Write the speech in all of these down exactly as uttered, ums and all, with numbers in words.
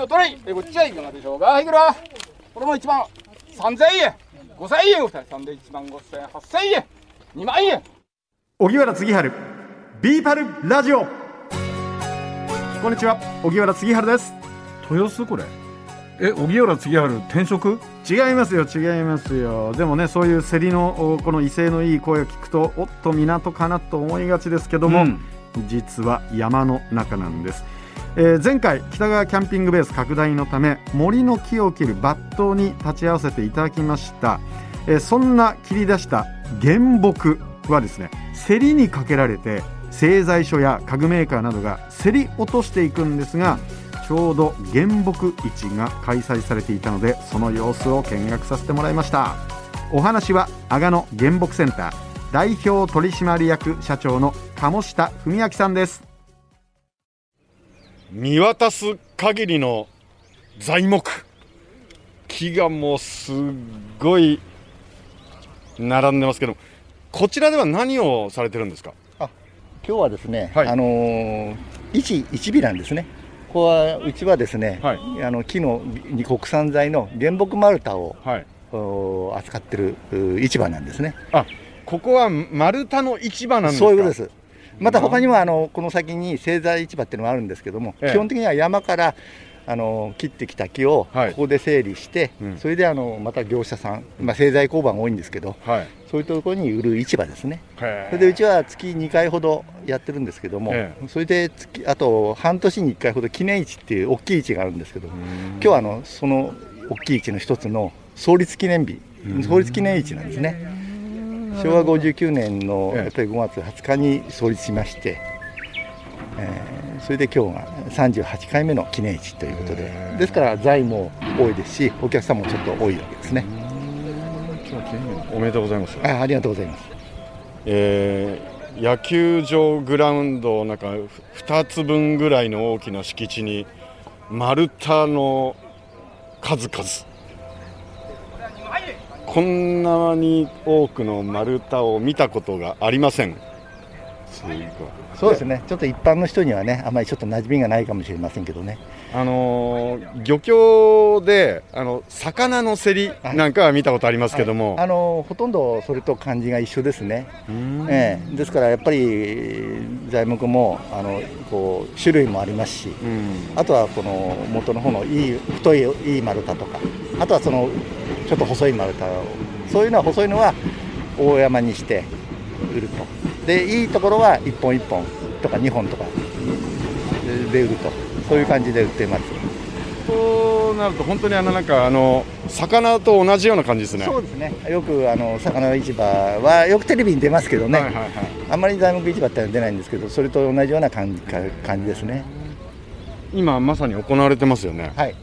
よトライ。えこっちはいかがでしょうか。はいくらこれもいちまんさんぜんえんごせんえんお二人さんでいちまんごせんはっせんえんにまんえん。 荻原次春ビーパルラジオ。こんにちは、荻原次春です。 豊洲これえ荻原次春転職？ 違いますよ違いますよ。でもね、そういう競りのこの威勢のいい声を聞くとおっと港かなと思いがちですけども、うん、実は山の中なんです。えー、前回北川キャンピングベース拡大のため森の木を切る抜刀に立ち会わせていただきました。えー、そんな切り出した原木はですね、競りにかけられて製材所や家具メーカーなどが競り落としていくんですが、ちょうど原木市が開催されていたのでその様子を見学させてもらいました。お話は阿賀野原木センター代表取締役社長の鴨下文明さんです。 見渡す限りの材木、木がもうすっごい並んでますけど、こちらでは何をされてるんですか？ あ、今日はですね、 はい、 あのー、一一尾なんですね。ここはうちはですね、はい、あの木の国産材の原木丸太を、はい、扱ってる市場なんですね。 あ、ここは丸太の市場なんですか？ そういうことです。また他にもあのこの先に製材市場っていうのがあるんですけども、ええ、基本的には山からあの切ってきた木をここで整理して、はい、それであのまた業者さん、まあ、製材工場が多いんですけど、はい、そういうところに売る市場ですね。それでうちは月にかいほどやってるんですけども、それで月あと半年にいっかいほど記念市っていう大きい市があるんですけど、今日はあのその大きい市の一つの創立記念日、創立記念市なんですね。しょうわごじゅうきゅうねんのやっぱりごがつはつかに創立しまして、えー、それで今日がさんじゅうはちかいめの記念市ということで、ですから材も多いですしお客さんもちょっと多いわけですね。 おめでとうございます。 あ, ありがとうございます。 えー、野球場グラウンドなんかふたつぶんぐらいの大きな敷地に丸太の数々、こんなに多くの丸太を見たことがありません。 そうですね、ちょっと一般の人にはねあまりちょっと馴染みがないかもしれませんけどね。 あのー、漁協であの魚の競りなんかは見たことありますけども、 はいはい、あのー、ほとんどそれと感じが一緒ですね。ええ、ですからやっぱり材木もあのこう種類もありますし、あとはこの元の方のいい太いいい丸太とか、あとはそのちょっと細い丸太を、そういうのは細いのは大山にして売ると、でいいところはいっぽんいっぽんとかにほんとかで売ると、そういう感じで売っています。 そうなると本当にあのなんかあの魚と同じような感じですね。 そうですね、よくあの魚の市場はよくテレビに出ますけどね、はいはいはい、あんまり材木市場ってのは出ないんですけど、それと同じような感じ、感じですね。 今まさに行われてますよね。 はい、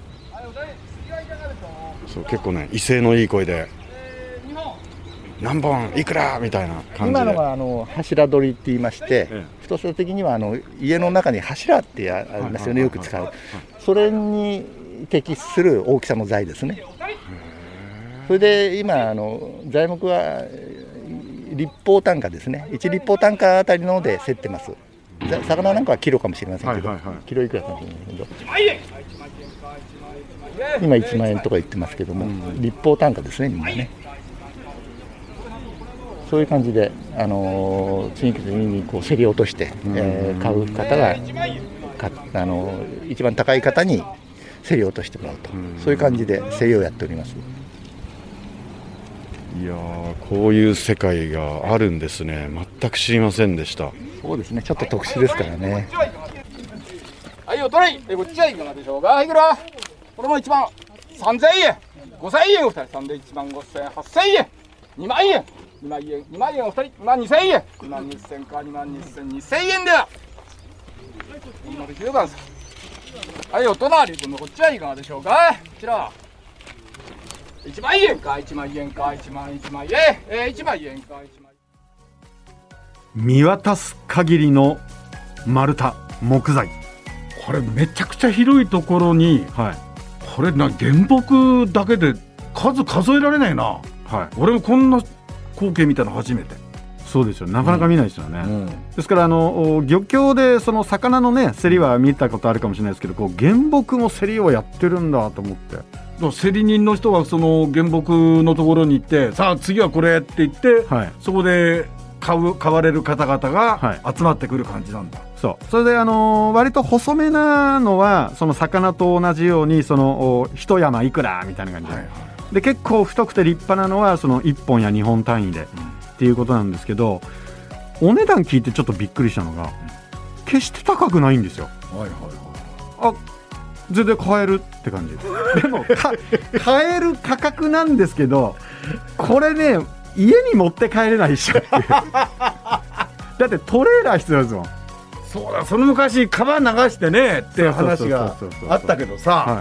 そう結構ね威勢のいい声で何本いくらみたいな感じで、 今のがあの柱取りって言いまして、ええ、太さ的にはあの家の中に柱ってありますよね、よく使う。それに適する大きさの材ですね。それで今あの材木は立方単価ですね、いち立方単価あたりので競ってます。魚なんかはキロかもしれませんけど、はいはいはい、キロいくらかもしれませんけど、今いちまんえんとか言ってますけども、うん、立方単価ですね、みんなね。そういう感じで、あのー、次々にこう競り落として、えー、買う方がか、あのー、一番高い方に競り落としてもらうと、そういう感じで競りをやっております。 いやー、こういう世界があるんですね。全く知りませんでした。 そうですね、ちょっと特殊ですからね。 はいよトライ。えこっちはいかがでしょうか。はいくらこれもいちまんさんぜんえんごせんえんお二人さんでいちまんごせんはっせんえんにまんえんにまんえんにまんえんお二人にまんにせんえんにまんにせんかにまんにせんにせんえんではこんなできるかんす。はいお隣君のこっちはいかがでしょうか。こちらいちまんえんかいちまんえんかいちまんいちまんえん、えー、いちまんえんかいちまん。 見渡す限りの丸太木材、 これめちゃくちゃ広いところに、はい、これな原木だけで数数えられないな、はい、俺もこんな光景見たの初めて。 そうですよ、なかなか見ないですよね、 うん、 ですからあの漁協でその魚のね競りは見たことあるかもしれないですけど、こう原木も競りをやってるんだと思って、 競り人の人はその原木のところに行って、さあ次はこれって言って、はい、そこで買う買われる方々が集まってくる感じなんだ、はい、 そうそれであのー、割と細めなのはその魚と同じようにその一山いくらみたいな感じで、はいはい、で結構太くて立派なのはそのいっぽんやにほん単位で、うん、っていうことなんですけど、お値段聞いてちょっとびっくりしたのが、うん、決して高くないんですよ。はいはいはい、あ全然買えるって感じでも買える価格なんですけど、これね家に持って帰れないでしょっていうだってトレーラー必要ですもん。 そうだ、その昔カバン流してねっていう話があったけどさ、はい、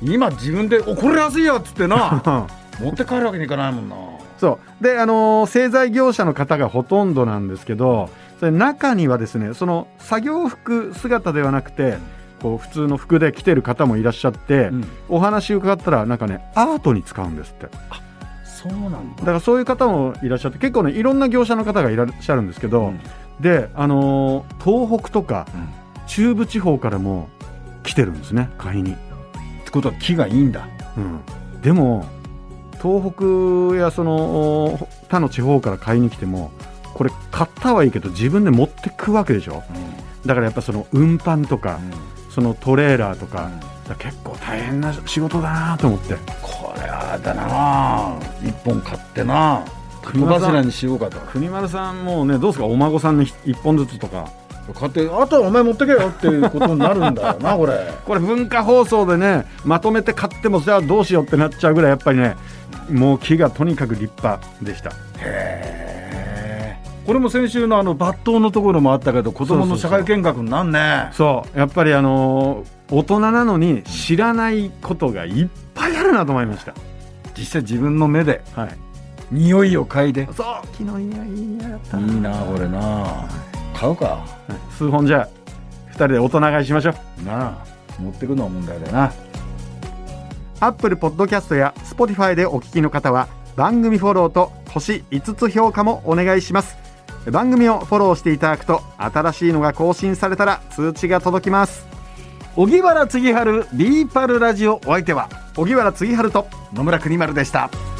今自分でおこれ安いよっつってな持って帰るわけにいかないもんな。 そうで、あのー、製材業者の方がほとんどなんですけど、それ中にはですね、その作業服姿ではなくてこう普通の服で着てる方もいらっしゃって、うん、お話伺ったらなんかねアートに使うんですって。あ、 そうなんだ。 だからそういう方もいらっしゃって、結構ねいろんな業者の方がいらっしゃるんですけど、うん、で、あのー、東北とか、うん、中部地方からも来てるんですね、買いに。 ってことは木がいいんだ、 うん、でも東北やその他の地方から買いに来てもこれ買ったはいいけど自分で持ってくわけでしょ、うん、だからやっぱその運搬とか、うん、そのトレーラーとか、うん、だ結構大変な仕事だなと思って。 これはだな、一本買ってな小柱にしようかと。 国丸さんもねどうですか、お孫さんに一本ずつとか買って、あとはお前持ってけよっていうことになるんだよなこれこれ文化放送でねまとめて買ってもじゃあどうしようってなっちゃうぐらいやっぱりねもう木がとにかく立派でした。 へー、これも先週のあの抜刀のところもあったけど、子供の社会見学になんね。 そうやっぱりあのー、大人なのに知らないことがいっぱいあるなと思いました。 実際自分の目で、はい、匂いを嗅いで、 そう木の匂いいい匂いやったいいなこれな、はい、買うか、はい、 数本じゃふたりで大人買いしましょうなあ。持ってくのは問題だよな。 アップルポッドキャストや Spotify でお聞きの方は番組フォローと星いつつ評価もお願いします。番組をフォローしていただくと新しいのが更新されたら通知が届きます。 荻原次春ビーパルラジオ、お相手は荻原次春と野村国丸でした。